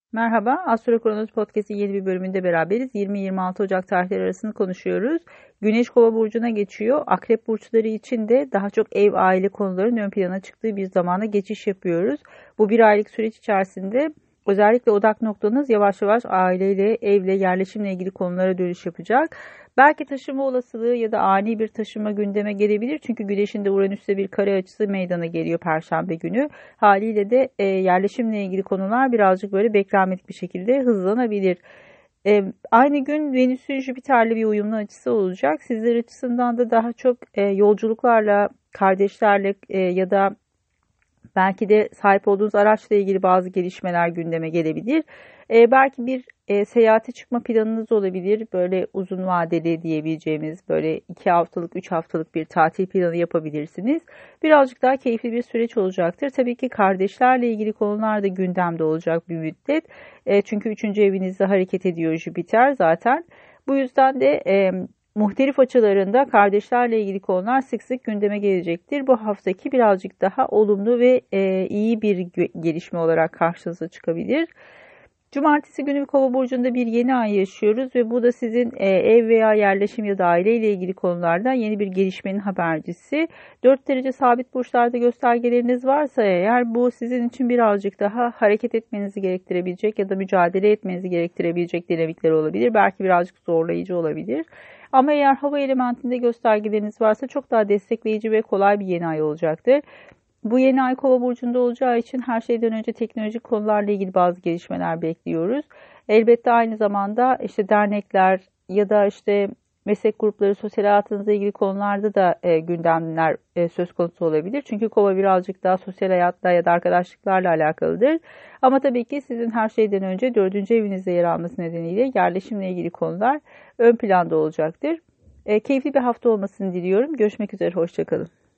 Merhaba, Astro Kronos Podcast'in yeni bir bölümünde beraberiz. 20-26 Ocak tarihleri arasını konuşuyoruz. Güneş Kova burcuna geçiyor. Akrep burçları için de daha çok ev, aile konularının ön plana çıktığı bir zamana geçiş yapıyoruz. Bu bir aylık süreç içerisinde özellikle odak noktanız yavaş yavaş aileyle, evle, yerleşimle ilgili konulara dönüş yapacak. Belki taşıma olasılığı ya da ani bir taşıma gündeme gelebilir. Çünkü Güneş'in de Uranüs'te bir kare açısı meydana geliyor Perşembe günü. Haliyle de yerleşimle ilgili konular birazcık böyle beklenmedik bir şekilde hızlanabilir. Aynı gün Venüs'ün Jüpiter'le bir uyumlu açısı olacak. Sizler açısından da daha çok yolculuklarla, kardeşlerle ya da belki de sahip olduğunuz araçla ilgili bazı gelişmeler gündeme gelebilir. Belki bir seyahate çıkma planınız olabilir. Böyle uzun vadeli diyebileceğimiz böyle 2 haftalık, 3 haftalık bir tatil planı yapabilirsiniz. Birazcık daha keyifli bir süreç olacaktır. Tabii ki kardeşlerle ilgili konular da gündemde olacak bir müddet. Çünkü 3. evinizde hareket ediyor Jüpiter zaten. Bu yüzden de muhtelif açılarında kardeşlerle ilgili konular sık sık gündeme gelecektir. Bu haftaki birazcık daha olumlu ve iyi bir gelişme olarak karşınıza çıkabilir. Cumartesi günü Kova burcunda bir yeni ay yaşıyoruz ve bu da sizin ev veya yerleşim ya da aile ile ilgili konulardan yeni bir gelişmenin habercisi. 4 derece sabit burçlarda göstergeleriniz varsa eğer bu sizin için birazcık daha hareket etmenizi gerektirebilecek ya da mücadele etmenizi gerektirebilecek dinamikler olabilir. Belki birazcık zorlayıcı olabilir. Ama eğer hava elementinde göstergeleriniz varsa çok daha destekleyici ve kolay bir yeni ay olacaktır. Bu yeni ay Kova burcunda olacağı için her şeyden önce teknolojik konularla ilgili bazı gelişmeler bekliyoruz. Elbette aynı zamanda işte dernekler ya da işte meslek grupları, sosyal hayatınızla ilgili konularda da gündemler söz konusu olabilir. Çünkü Kova birazcık daha sosyal hayatla ya da arkadaşlıklarla alakalıdır. Ama tabii ki sizin her şeyden önce 4. evinizde yer alması nedeniyle yerleşimle ilgili konular ön planda olacaktır. Keyifli bir hafta olmasını diliyorum. Görüşmek üzere, hoşça kalın.